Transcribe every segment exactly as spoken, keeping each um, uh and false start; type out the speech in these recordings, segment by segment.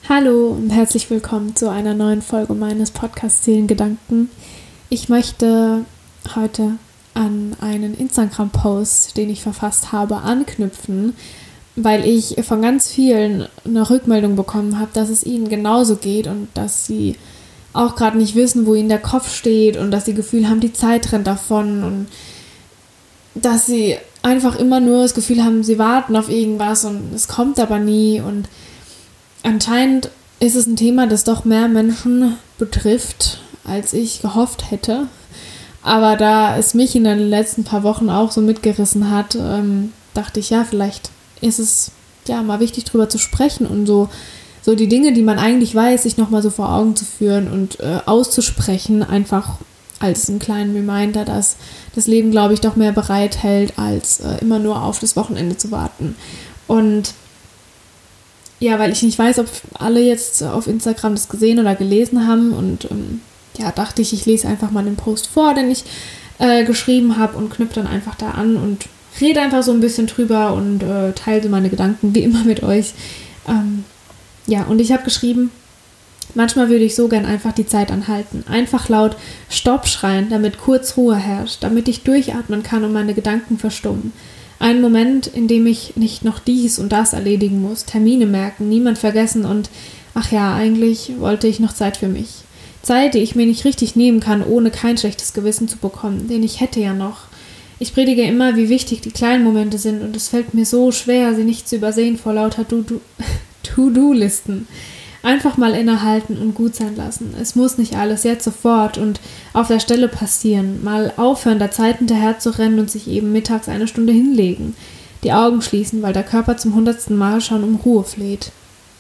Hallo und herzlich willkommen zu einer neuen Folge meines Podcasts Seelengedanken. Ich möchte heute an einen Instagram-Post, den ich verfasst habe, anknüpfen, weil ich von ganz vielen eine Rückmeldung bekommen habe, dass es ihnen genauso geht und dass sie auch gerade nicht wissen, wo ihnen der Kopf steht und dass sie das Gefühl haben, die Zeit rennt davon und dass sie einfach immer nur das Gefühl haben, sie warten auf irgendwas und es kommt aber nie. Und anscheinend ist es ein Thema, das doch mehr Menschen betrifft, als ich gehofft hätte. Aber da es mich in den letzten paar Wochen auch so mitgerissen hat, ähm, dachte ich, ja, vielleicht ist es ja mal wichtig, drüber zu sprechen und so, so die Dinge, die man eigentlich weiß, sich nochmal so vor Augen zu führen und äh, auszusprechen, einfach als einen kleinen Reminder, dass das Leben, glaube ich, doch mehr bereithält, als äh, immer nur auf das Wochenende zu warten. Und ja, weil ich nicht weiß, ob alle jetzt auf Instagram das gesehen oder gelesen haben und ähm, ja, dachte ich, ich lese einfach mal den Post vor, den ich äh, geschrieben habe und knüpfe dann einfach da an und rede einfach so ein bisschen drüber und äh, teile meine Gedanken wie immer mit euch. Ähm, ja, und ich habe geschrieben, manchmal würde ich so gern einfach die Zeit anhalten, einfach laut Stopp schreien, damit kurz Ruhe herrscht, damit ich durchatmen kann und meine Gedanken verstummen. Ein Moment, in dem ich nicht noch dies und das erledigen muss, Termine merken, niemand vergessen und, ach ja, eigentlich wollte ich noch Zeit für mich. Zeit, die ich mir nicht richtig nehmen kann, ohne kein schlechtes Gewissen zu bekommen, denn ich hätte ja noch. Ich predige immer, wie wichtig die kleinen Momente sind und es fällt mir so schwer, sie nicht zu übersehen vor lauter To-Do-Listen. Einfach mal innehalten und gut sein lassen. Es muss nicht alles jetzt sofort und auf der Stelle passieren. Mal aufhören, der Zeit hinterher zu rennen und sich eben mittags eine Stunde hinlegen. Die Augen schließen, weil der Körper zum hundertsten Mal schon um Ruhe fleht.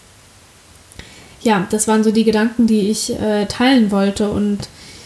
Ja, das waren so die Gedanken, die ich äh, teilen wollte. Und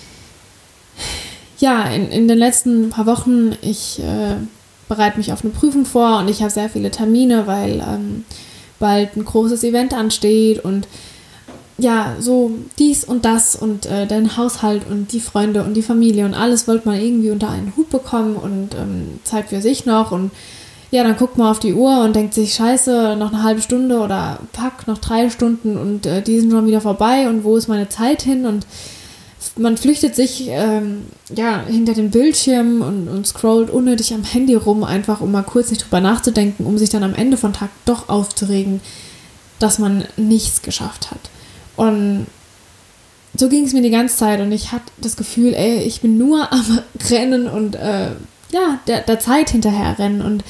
ja, in, in den letzten paar Wochen, ich äh, bereite mich auf eine Prüfung vor und ich habe sehr viele Termine, weil ähm, bald ein großes Event ansteht und ja, so dies und das und äh, den Haushalt und die Freunde und die Familie und alles wollte man irgendwie unter einen Hut bekommen und ähm, Zeit für sich noch und ja, dann guckt man auf die Uhr und denkt sich, scheiße, noch eine halbe Stunde oder pack, noch drei Stunden und äh, die sind schon wieder vorbei und wo ist meine Zeit hin und man flüchtet sich ähm, ja, hinter den Bildschirm und, und scrollt unnötig am Handy rum, einfach um mal kurz nicht drüber nachzudenken, um sich dann am Ende von Tag doch aufzuregen, dass man nichts geschafft hat. Und so ging es mir die ganze Zeit und ich hatte das Gefühl, ey, ich bin nur am Rennen und äh, ja, der, der Zeit hinterher rennen. Und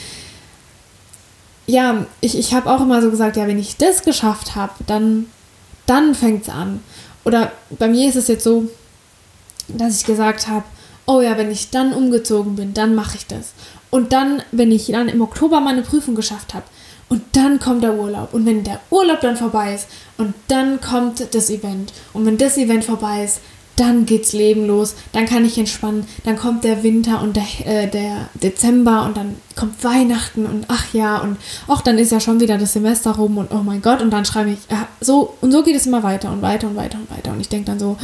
ja, ich, ich habe auch immer so gesagt, ja, wenn ich das geschafft habe, dann, dann fängt es an. Oder bei mir ist es jetzt so, dass ich gesagt habe, oh ja, wenn ich dann umgezogen bin, dann mache ich das. Und dann, wenn ich dann im Oktober meine Prüfung geschafft habe, und dann kommt der Urlaub. Und wenn der Urlaub dann vorbei ist, und dann kommt das Event. Und wenn das Event vorbei ist, dann geht's Leben los, dann kann ich entspannen, dann kommt der Winter und der, äh, der Dezember und dann kommt Weihnachten und ach ja, und auch dann ist ja schon wieder das Semester rum und oh mein Gott, und dann schreibe ich, ja, so, und so geht es immer weiter und weiter und weiter und weiter. Und ich denke dann so,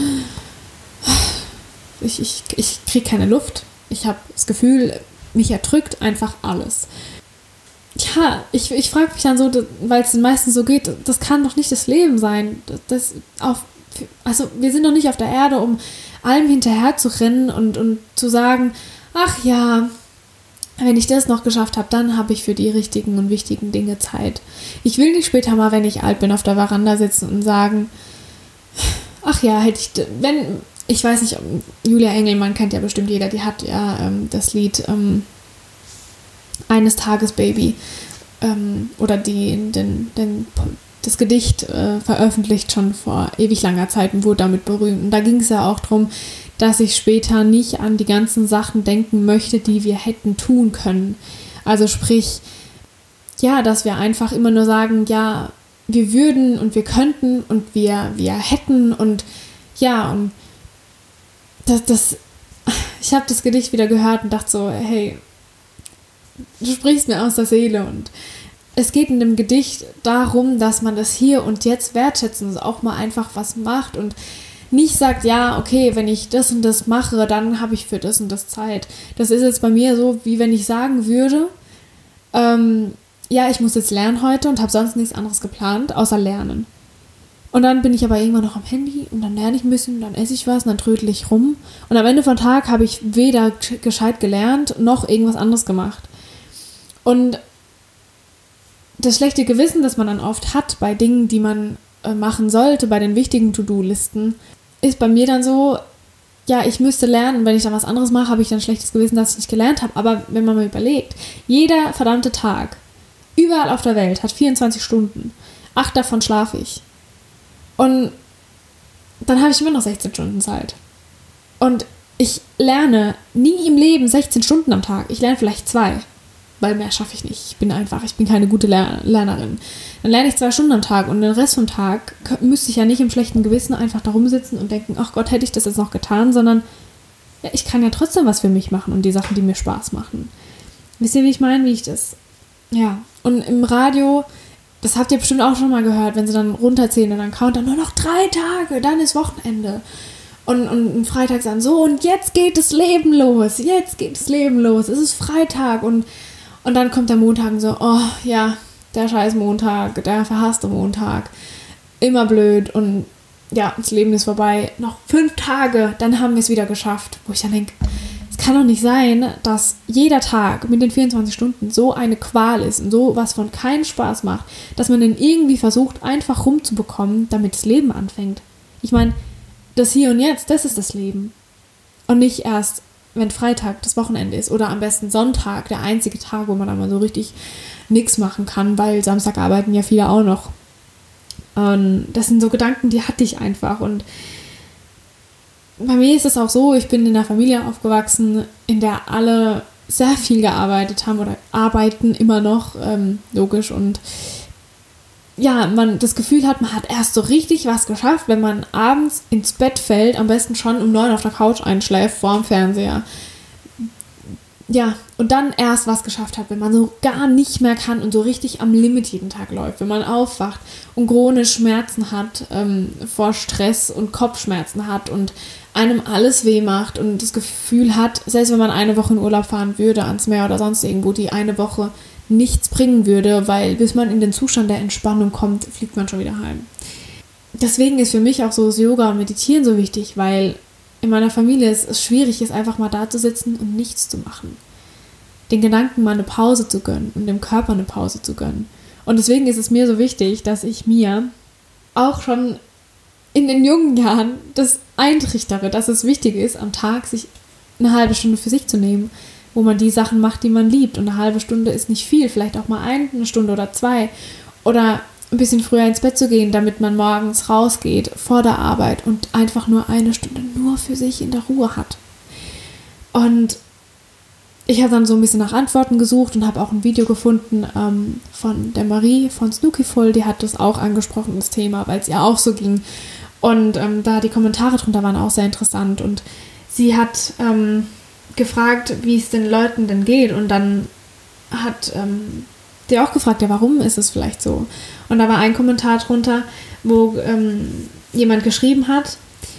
ich, ich, ich kriege keine Luft. Ich habe das Gefühl, mich erdrückt einfach alles. Ja, ich, ich frage mich dann so, weil es den meisten so geht, das kann doch nicht das Leben sein. Das, das auf, also wir sind doch nicht auf der Erde, um allem hinterher zu rennen und, und zu sagen, ach ja, wenn ich das noch geschafft habe, dann habe ich für die richtigen und wichtigen Dinge Zeit. Ich will nicht später mal, wenn ich alt bin, auf der Veranda sitzen und sagen, ach ja, hätte ich, wenn... Ich weiß nicht, Julia Engelmann kennt ja bestimmt jeder, die hat ja ähm, das Lied ähm, Eines Tages Baby ähm, oder die, den, den, das Gedicht äh, veröffentlicht schon vor ewig langer Zeit und wurde damit berühmt. Und da ging es ja auch darum, dass ich später nicht an die ganzen Sachen denken möchte, die wir hätten tun können. Also sprich, ja, dass wir einfach immer nur sagen, ja, wir würden und wir könnten und wir, wir hätten und ja, und Das, das, ich habe das Gedicht wieder gehört und dachte so, hey, du sprichst mir aus der Seele. Und es geht in dem Gedicht darum, dass man das hier und jetzt wertschätzen, also auch mal einfach was macht und nicht sagt, ja, okay, wenn ich das und das mache, dann habe ich für das und das Zeit. Das ist jetzt bei mir so, wie wenn ich sagen würde, ähm, ja, ich muss jetzt lernen heute und habe sonst nichts anderes geplant, außer lernen. Und dann bin ich aber irgendwann noch am Handy und dann lerne ich ein bisschen, dann esse ich was und dann trödel ich rum. Und am Ende vom Tag habe ich weder gescheit gelernt noch irgendwas anderes gemacht. Und das schlechte Gewissen, das man dann oft hat bei Dingen, die man äh, machen sollte, bei den wichtigen To-Do-Listen, ist bei mir dann so, ja, ich müsste lernen, wenn ich dann was anderes mache, habe ich dann ein schlechtes Gewissen, dass ich nicht gelernt habe. Aber wenn man mal überlegt, jeder verdammte Tag, überall auf der Welt, hat vierundzwanzig Stunden. Acht davon schlafe ich. Und dann habe ich immer noch sechzehn Stunden Zeit. Und ich lerne nie im Leben sechzehn Stunden am Tag. Ich lerne vielleicht zwei, weil mehr schaffe ich nicht. Ich bin einfach, ich bin keine gute Ler- Lernerin. Dann lerne ich zwei Stunden am Tag und den Rest vom Tag müsste ich ja nicht im schlechten Gewissen einfach da rumsitzen und denken, ach Gott, hätte ich das jetzt noch getan, sondern ja, ich kann ja trotzdem was für mich machen und die Sachen, die mir Spaß machen. Wisst ihr, wie ich meine, wie ich das... Ja, und im Radio... Das habt ihr bestimmt auch schon mal gehört, wenn sie dann runterzählen und dann countern, nur noch drei Tage, dann ist Wochenende. Und, und Freitag sagen so, und jetzt geht das Leben los, jetzt geht das Leben los, es ist Freitag. Und, und dann kommt der Montag und so, oh ja, der scheiß Montag, der verhasste Montag, immer blöd und ja, das Leben ist vorbei. Noch fünf Tage, dann haben wir es wieder geschafft. Wo ich dann denke, es kann doch nicht sein, dass jeder Tag mit den vierundzwanzig Stunden so eine Qual ist und so was von keinen Spaß macht, dass man den irgendwie versucht, einfach rumzubekommen, damit das Leben anfängt. Ich meine, das Hier und Jetzt, das ist das Leben. Und nicht erst, wenn Freitag das Wochenende ist oder am besten Sonntag, der einzige Tag, wo man dann mal so richtig nichts machen kann, weil Samstag arbeiten ja viele auch noch. Und das sind so Gedanken, die hatte ich einfach. Und bei mir ist es auch so, ich bin in einer Familie aufgewachsen, in der alle sehr viel gearbeitet haben oder arbeiten immer noch, ähm, logisch. Und ja, man das Gefühl hat, man hat erst so richtig was geschafft, wenn man abends ins Bett fällt, am besten schon um neun auf der Couch einschläft, vor dem Fernseher. Ja, und dann erst was geschafft hat, wenn man so gar nicht mehr kann und so richtig am Limit jeden Tag läuft, wenn man aufwacht und chronisch Schmerzen hat, ähm, vor Stress und Kopfschmerzen hat und einem alles weh macht und das Gefühl hat, selbst wenn man eine Woche in Urlaub fahren würde ans Meer oder sonst irgendwo, die eine Woche nichts bringen würde, weil bis man in den Zustand der Entspannung kommt, fliegt man schon wieder heim. Deswegen ist für mich auch so das Yoga und Meditieren so wichtig, weil in meiner Familie es, es schwierig ist, einfach mal da zu sitzen und nichts zu machen. Den Gedanken mal eine Pause zu gönnen und dem Körper eine Pause zu gönnen. Und deswegen ist es mir so wichtig, dass ich mir auch schon in den jungen Jahren das eintrichtere, dass es wichtig ist, am Tag sich eine halbe Stunde für sich zu nehmen, wo man die Sachen macht, die man liebt. Und eine halbe Stunde ist nicht viel, vielleicht auch mal eine Stunde oder zwei. Oder ein bisschen früher ins Bett zu gehen, damit man morgens rausgeht vor der Arbeit und einfach nur eine Stunde nur für sich in der Ruhe hat. Und ich habe dann so ein bisschen nach Antworten gesucht und habe auch ein Video gefunden ähm, von der Marie von Snookyful, die hat das auch angesprochen, das Thema, weil es ihr auch so ging. Und ähm, da die Kommentare drunter waren auch sehr interessant. Und sie hat ähm, gefragt, wie es den Leuten denn geht. Und dann hat ähm, die auch gefragt, ja, warum ist es vielleicht so? Und da war ein Kommentar drunter, wo ähm, jemand geschrieben hat,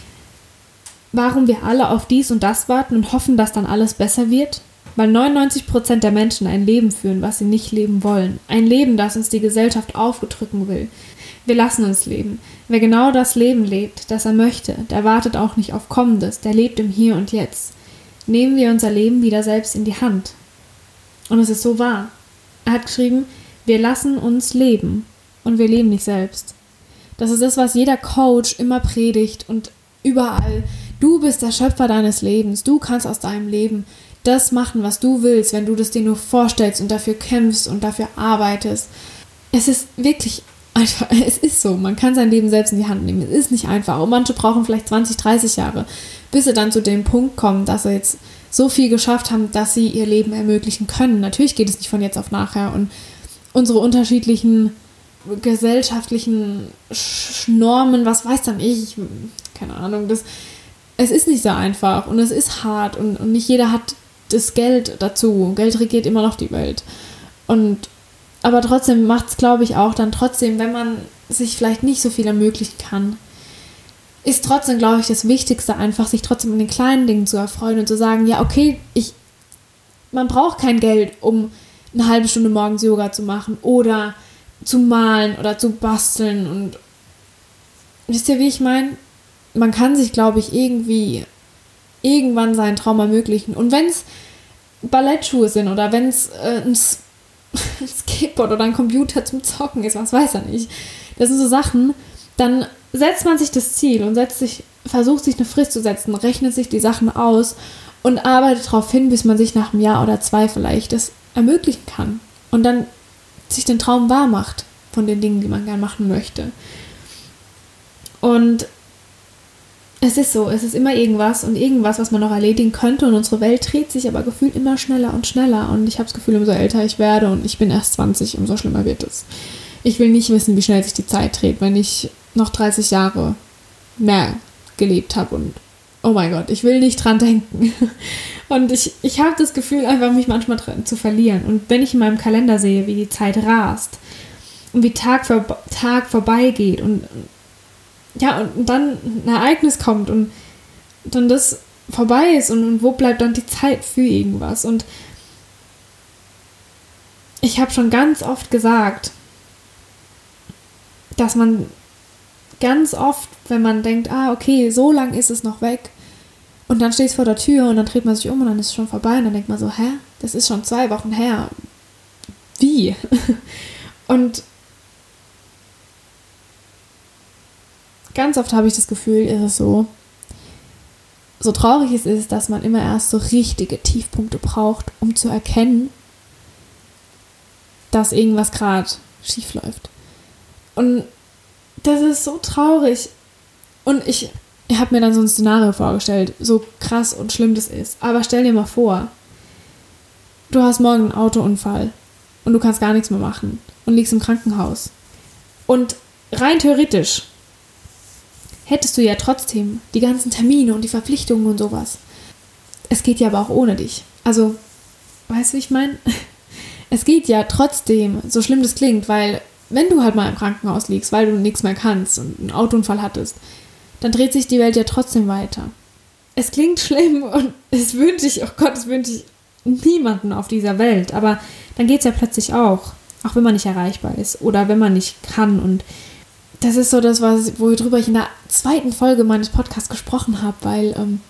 warum wir alle auf dies und das warten und hoffen, dass dann alles besser wird. Weil neunundneunzig Prozent der Menschen ein Leben führen, was sie nicht leben wollen. Ein Leben, das uns die Gesellschaft aufdrücken will. Wir lassen uns leben. Wer genau das Leben lebt, das er möchte, der wartet auch nicht auf Kommendes, der lebt im Hier und Jetzt. Nehmen wir unser Leben wieder selbst in die Hand. Und es ist so wahr. Er hat geschrieben, wir lassen uns leben und wir leben nicht selbst. Das ist das, was jeder Coach immer predigt und überall. Du bist der Schöpfer deines Lebens. Du kannst aus deinem Leben das machen, was du willst, wenn du das dir nur vorstellst und dafür kämpfst und dafür arbeitest. Es ist wirklich einfach, es ist so, man kann sein Leben selbst in die Hand nehmen. Es ist nicht einfach. Und manche brauchen vielleicht zwanzig, dreißig Jahre, bis sie dann zu dem Punkt kommen, dass sie jetzt so viel geschafft haben, dass sie ihr Leben ermöglichen können. Natürlich geht es nicht von jetzt auf nachher und unsere unterschiedlichen gesellschaftlichen Normen, was weiß dann ich, keine Ahnung, das, es ist nicht so einfach und es ist hart und, und nicht jeder hat das Geld dazu. Geld regiert immer noch die Welt. Und aber trotzdem macht es, glaube ich, auch dann trotzdem, wenn man sich vielleicht nicht so viel ermöglichen kann, ist trotzdem, glaube ich, das Wichtigste einfach, sich trotzdem an den kleinen Dingen zu erfreuen und zu sagen, ja, okay, ich, man braucht kein Geld, um eine halbe Stunde morgens Yoga zu machen oder zu malen oder zu basteln und wisst ihr, wie ich meine? Man kann sich, glaube ich, irgendwie irgendwann seinen Traum ermöglichen. Und wenn es Ballettschuhe sind oder wenn es äh, ein, ein Skateboard oder ein Computer zum Zocken ist, was weiß er nicht. Das sind so Sachen, dann setzt man sich das Ziel und setzt sich, versucht sich eine Frist zu setzen, rechnet sich die Sachen aus und arbeitet darauf hin, bis man sich nach einem Jahr oder zwei vielleicht das ermöglichen kann. Und dann sich den Traum wahr macht von den Dingen, die man gerne machen möchte. Und es ist so, es ist immer irgendwas und irgendwas, was man noch erledigen könnte und unsere Welt dreht sich aber gefühlt immer schneller und schneller und ich habe das Gefühl, umso älter ich werde und ich bin erst zwanzig, umso schlimmer wird es. Ich will nicht wissen, wie schnell sich die Zeit dreht, wenn ich noch dreißig Jahre mehr gelebt habe und oh mein Gott, ich will nicht dran denken. Und ich, ich habe das Gefühl, einfach mich manchmal dran zu verlieren. Und wenn ich in meinem Kalender sehe, wie die Zeit rast und wie Tag für Tag vorbeigeht und ja, und dann ein Ereignis kommt und dann das vorbei ist und, und wo bleibt dann die Zeit für irgendwas? Und ich habe schon ganz oft gesagt, dass man ganz oft, wenn man denkt, ah, okay, so lang ist es noch weg und dann stehst du vor der Tür und dann dreht man sich um und dann ist es schon vorbei und dann denkt man so, hä, das ist schon zwei Wochen her. Wie? Und ganz oft habe ich das Gefühl, ist es so, so traurig es ist, dass man immer erst so richtige Tiefpunkte braucht, um zu erkennen, dass irgendwas gerade schief läuft. Und das ist so traurig. Und ich, ich habe mir dann so ein Szenario vorgestellt, so krass und schlimm das ist. Aber stell dir mal vor, du hast morgen einen Autounfall und du kannst gar nichts mehr machen und liegst im Krankenhaus. Und rein theoretisch hättest du ja trotzdem die ganzen Termine und die Verpflichtungen und sowas. Es geht ja aber auch ohne dich. Also, weißt du, wie ich meine? Es geht ja trotzdem, so schlimm das klingt, weil wenn du halt mal im Krankenhaus liegst, weil du nichts mehr kannst und einen Autounfall hattest, dann dreht sich die Welt ja trotzdem weiter. Es klingt schlimm und es wünsche ich, oh Gott, das wünsche ich niemanden auf dieser Welt, aber dann geht es ja plötzlich auch, auch wenn man nicht erreichbar ist oder wenn man nicht kann. Und das ist so das, was, worüber ich in der zweiten Folge meines Podcasts gesprochen habe, weil, ähm,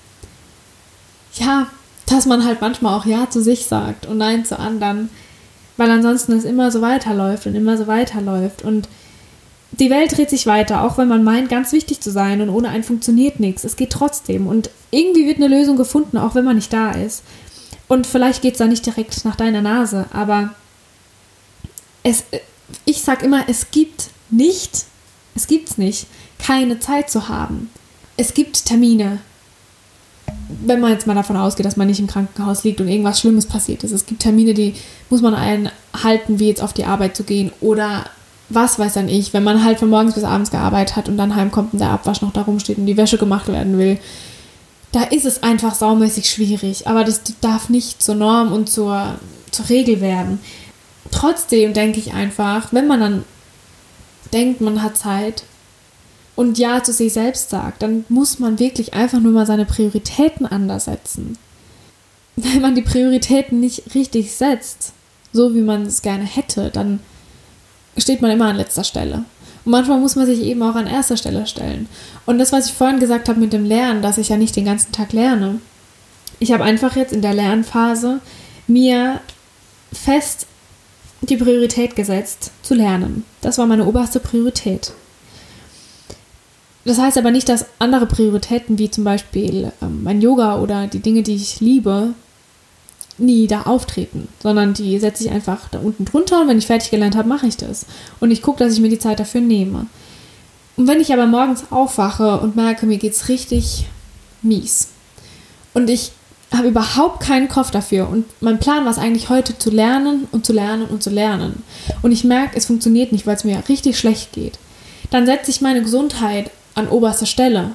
ja, dass man halt manchmal auch Ja zu sich sagt und Nein zu anderen, weil ansonsten es immer so weiterläuft und immer so weiterläuft. Und die Welt dreht sich weiter, auch wenn man meint, ganz wichtig zu sein und ohne einen funktioniert nichts. Es geht trotzdem und irgendwie wird eine Lösung gefunden, auch wenn man nicht da ist. Und vielleicht geht es da nicht direkt nach deiner Nase, aber es, ich sag immer, es gibt nicht, es gibt's nicht, keine Zeit zu haben. Es gibt Termine, wenn man jetzt mal davon ausgeht, dass man nicht im Krankenhaus liegt und irgendwas Schlimmes passiert ist. Es gibt Termine, die muss man einhalten, wie jetzt auf die Arbeit zu gehen oder was weiß dann ich, wenn man halt von morgens bis abends gearbeitet hat und dann heimkommt und der Abwasch noch da rumsteht und die Wäsche gemacht werden will. Da ist es einfach saumäßig schwierig, aber das darf nicht zur Norm und zur, zur Regel werden. Trotzdem denke ich einfach, wenn man dann denkt, man hat Zeit und Ja zu sich selbst sagt, dann muss man wirklich einfach nur mal seine Prioritäten anders setzen. Wenn man die Prioritäten nicht richtig setzt, so wie man es gerne hätte, dann steht man immer an letzter Stelle. Und manchmal muss man sich eben auch an erster Stelle stellen. Und das, was ich vorhin gesagt habe mit dem Lernen, dass ich ja nicht den ganzen Tag lerne. Ich habe einfach jetzt in der Lernphase mir fest die Priorität gesetzt, zu lernen. Das war meine oberste Priorität. Das heißt aber nicht, dass andere Prioritäten, wie zum Beispiel ähm, mein Yoga oder die Dinge, die ich liebe, nie da auftreten, sondern die setze ich einfach da unten drunter und wenn ich fertig gelernt habe, mache ich das. Und ich gucke, dass ich mir die Zeit dafür nehme. Und wenn ich aber morgens aufwache und merke, mir geht's richtig mies und ich habe überhaupt keinen Kopf dafür und mein Plan war es eigentlich heute zu lernen und zu lernen und zu lernen und ich merke, es funktioniert nicht, weil es mir richtig schlecht geht, dann setze ich meine Gesundheit an oberster Stelle,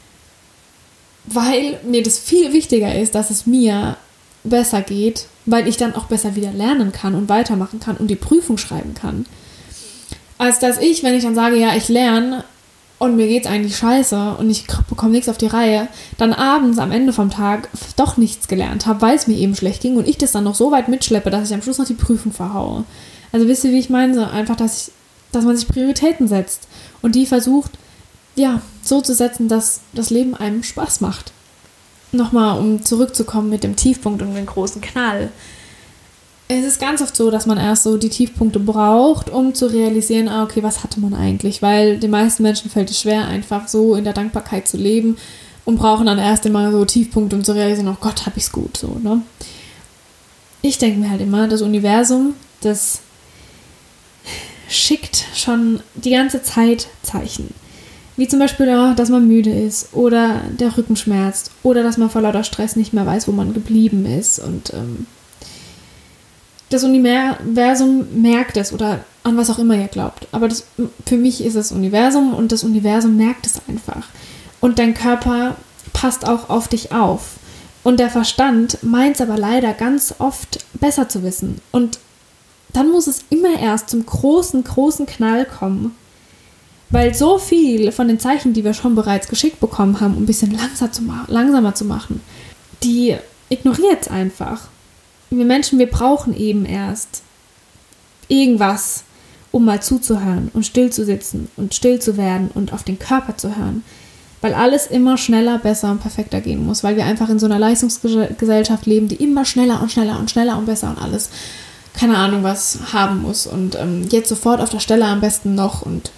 weil mir das viel wichtiger ist, dass es mir besser geht, weil ich dann auch besser wieder lernen kann und weitermachen kann und die Prüfung schreiben kann. Als dass ich, wenn ich dann sage, ja, ich lerne und mir geht's eigentlich scheiße und ich bekomme nichts auf die Reihe, dann abends am Ende vom Tag doch nichts gelernt habe, weil es mir eben schlecht ging und ich das dann noch so weit mitschleppe, dass ich am Schluss noch die Prüfung verhaue. Also wisst ihr, wie ich meine? So einfach, dass, ich, dass man sich Prioritäten setzt und die versucht, ja, so zu setzen, dass das Leben einem Spaß macht. Nochmal, um zurückzukommen mit dem Tiefpunkt und dem großen Knall. Es ist ganz oft so, dass man erst so die Tiefpunkte braucht, um zu realisieren, ah, okay, was hatte man eigentlich? Weil den meisten Menschen fällt es schwer, einfach so in der Dankbarkeit zu leben und brauchen dann erst immer so Tiefpunkte, um zu realisieren, oh Gott, hab ich's gut, so, ne? Ich denke mir halt immer, das Universum, das schickt schon die ganze Zeit Zeichen. Wie zum Beispiel, ja, dass man müde ist oder der Rücken schmerzt oder dass man vor lauter Stress nicht mehr weiß, wo man geblieben ist. Und ähm, das Universum merkt es oder an was auch immer ihr glaubt. Aber das, für mich ist es Universum und das Universum merkt es einfach. Und dein Körper passt auch auf dich auf. Und der Verstand meint es aber leider ganz oft besser zu wissen. Und dann muss es immer erst zum großen, großen Knall kommen. Weil so viel von den Zeichen, die wir schon bereits geschickt bekommen haben, um ein bisschen langsamer zu, ma- langsamer zu machen, die ignoriert es einfach. Wir Menschen, wir brauchen eben erst irgendwas, um mal zuzuhören und still zu sitzen und still zu werden und auf den Körper zu hören. Weil alles immer schneller, besser und perfekter gehen muss. Weil wir einfach in so einer Leistungsgesellschaft leben, die immer schneller und schneller und schneller und besser und alles, keine Ahnung was, haben muss. Und ähm, jetzt sofort auf der Stelle am besten noch. Und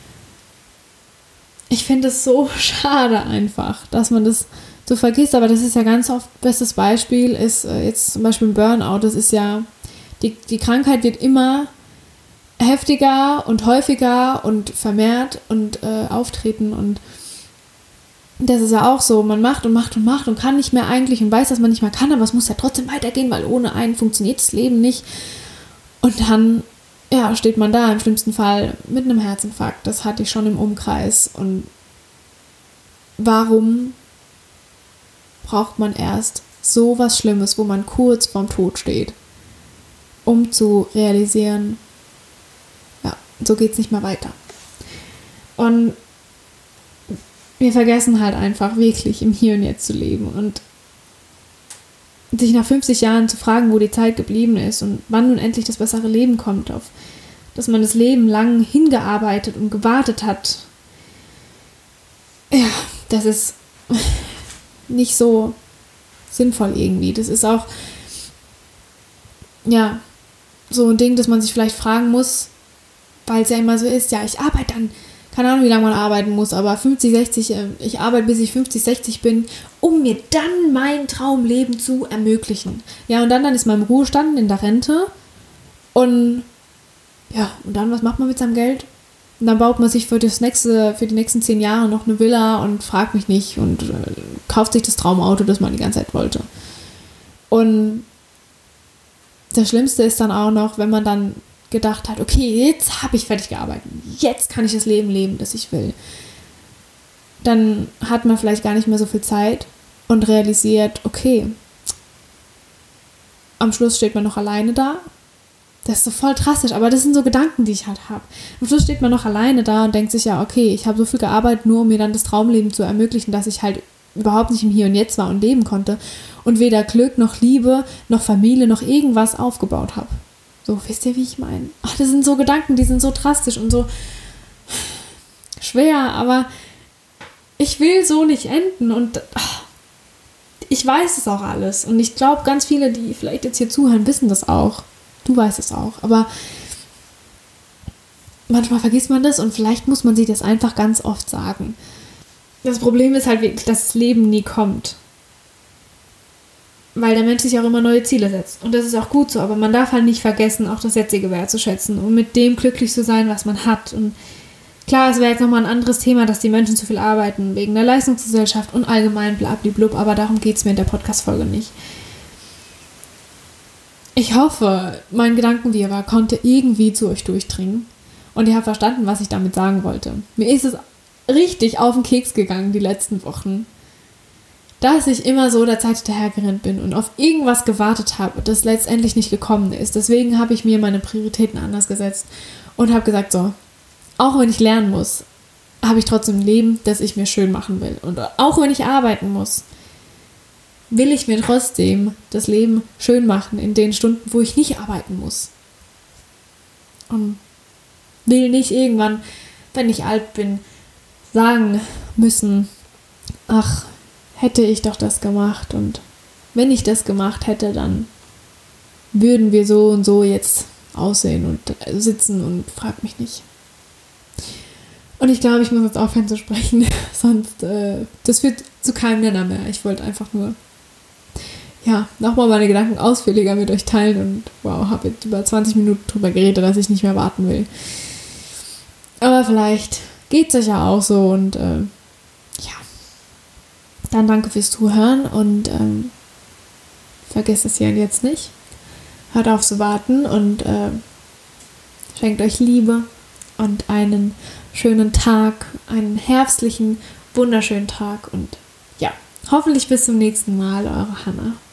ich finde es so schade einfach, dass man das so vergisst, aber das ist ja ganz oft, bestes Beispiel ist äh, jetzt zum Beispiel ein Burnout, das ist ja, die, die Krankheit wird immer heftiger und häufiger und vermehrt und äh, auftreten und das ist ja auch so, man macht und macht und macht und kann nicht mehr eigentlich und weiß, dass man nicht mehr kann, aber es muss ja trotzdem weitergehen, weil ohne einen funktioniert das Leben nicht und dann ja, steht man da im schlimmsten Fall mit einem Herzinfarkt. Das hatte ich schon im Umkreis. Und warum braucht man erst so was Schlimmes, wo man kurz vorm Tod steht, um zu realisieren, ja, so geht's nicht mehr weiter. Und wir vergessen halt einfach wirklich im Hier und Jetzt zu leben und sich nach fünfzig Jahren zu fragen, wo die Zeit geblieben ist und wann nun endlich das bessere Leben kommt, auf dass man das Leben lang hingearbeitet und gewartet hat. Ja, das ist nicht so sinnvoll irgendwie. Das ist auch, ja, so ein Ding, dass man sich vielleicht fragen muss, weil es ja immer so ist, ja, ich arbeite dann, keine Ahnung, wie lange man arbeiten muss, aber fünfzig, sechzig, ich arbeite, bis ich fünfzig, sechzig bin, um mir dann mein Traumleben zu ermöglichen. Ja, und dann, dann ist man im Ruhestand, in der Rente und ja, und dann, was macht man mit seinem Geld? Und dann baut man sich für, das nächste, für die nächsten zehn Jahre noch eine Villa und fragt mich nicht und äh, kauft sich das Traumauto, das man die ganze Zeit wollte. Und das Schlimmste ist dann auch noch, wenn man dann gedacht hat, okay, jetzt habe ich fertig gearbeitet, jetzt kann ich das Leben leben, das ich will. Dann hat man vielleicht gar nicht mehr so viel Zeit und realisiert, okay, am Schluss steht man noch alleine da. Das ist so voll drastisch, aber das sind so Gedanken, die ich halt habe. Am Schluss steht man noch alleine da und denkt sich ja, okay, ich habe so viel gearbeitet, nur um mir dann das Traumleben zu ermöglichen, dass ich halt überhaupt nicht im Hier und Jetzt war und leben konnte und weder Glück noch Liebe noch Familie noch irgendwas aufgebaut habe. So, wisst ihr, wie ich meine? Ach, das sind so Gedanken, die sind so drastisch und so schwer, aber ich will so nicht enden und ach, ich weiß es auch alles und ich glaube, ganz viele, die vielleicht jetzt hier zuhören, wissen das auch. Du weißt es auch, aber manchmal vergisst man das und vielleicht muss man sich das einfach ganz oft sagen. Das Problem ist halt wirklich, dass das Leben nie kommt. Weil der Mensch sich auch immer neue Ziele setzt. Und das ist auch gut so, aber man darf halt nicht vergessen, auch das Jetzige wertzuschätzen und mit dem glücklich zu sein, was man hat. Und klar, es wäre jetzt nochmal ein anderes Thema, dass die Menschen zu viel arbeiten, wegen der Leistungsgesellschaft und allgemein blablablub, aber darum geht es mir in der Podcast-Folge nicht. Ich hoffe, mein Gedankenwirrwarr konnte irgendwie zu euch durchdringen und ihr habt verstanden, was ich damit sagen wollte. Mir ist es richtig auf den Keks gegangen die letzten Wochen, dass ich immer so der Zeit hinterhergerannt bin und auf irgendwas gewartet habe, das letztendlich nicht gekommen ist. Deswegen habe ich mir meine Prioritäten anders gesetzt und habe gesagt, so, auch wenn ich lernen muss, habe ich trotzdem ein Leben, das ich mir schön machen will. Und auch wenn ich arbeiten muss, will ich mir trotzdem das Leben schön machen in den Stunden, wo ich nicht arbeiten muss. Und will nicht irgendwann, wenn ich alt bin, sagen müssen, ach, hätte ich doch das gemacht und wenn ich das gemacht hätte, dann würden wir so und so jetzt aussehen und sitzen und frag mich nicht. Und ich glaube, ich muss jetzt aufhören zu sprechen, sonst, äh, das führt zu keinem Nenner mehr. Ich wollte einfach nur, ja, nochmal meine Gedanken ausführlicher mit euch teilen und wow, habe jetzt über zwanzig Minuten drüber geredet, dass ich nicht mehr warten will. Aber vielleicht geht es euch ja auch so und äh, ja, dann danke fürs Zuhören und ähm, vergesst es hier und jetzt nicht. Hört auf zu warten und äh, schenkt euch Liebe und einen schönen Tag, einen herbstlichen, wunderschönen Tag und ja, hoffentlich bis zum nächsten Mal, eure Hannah.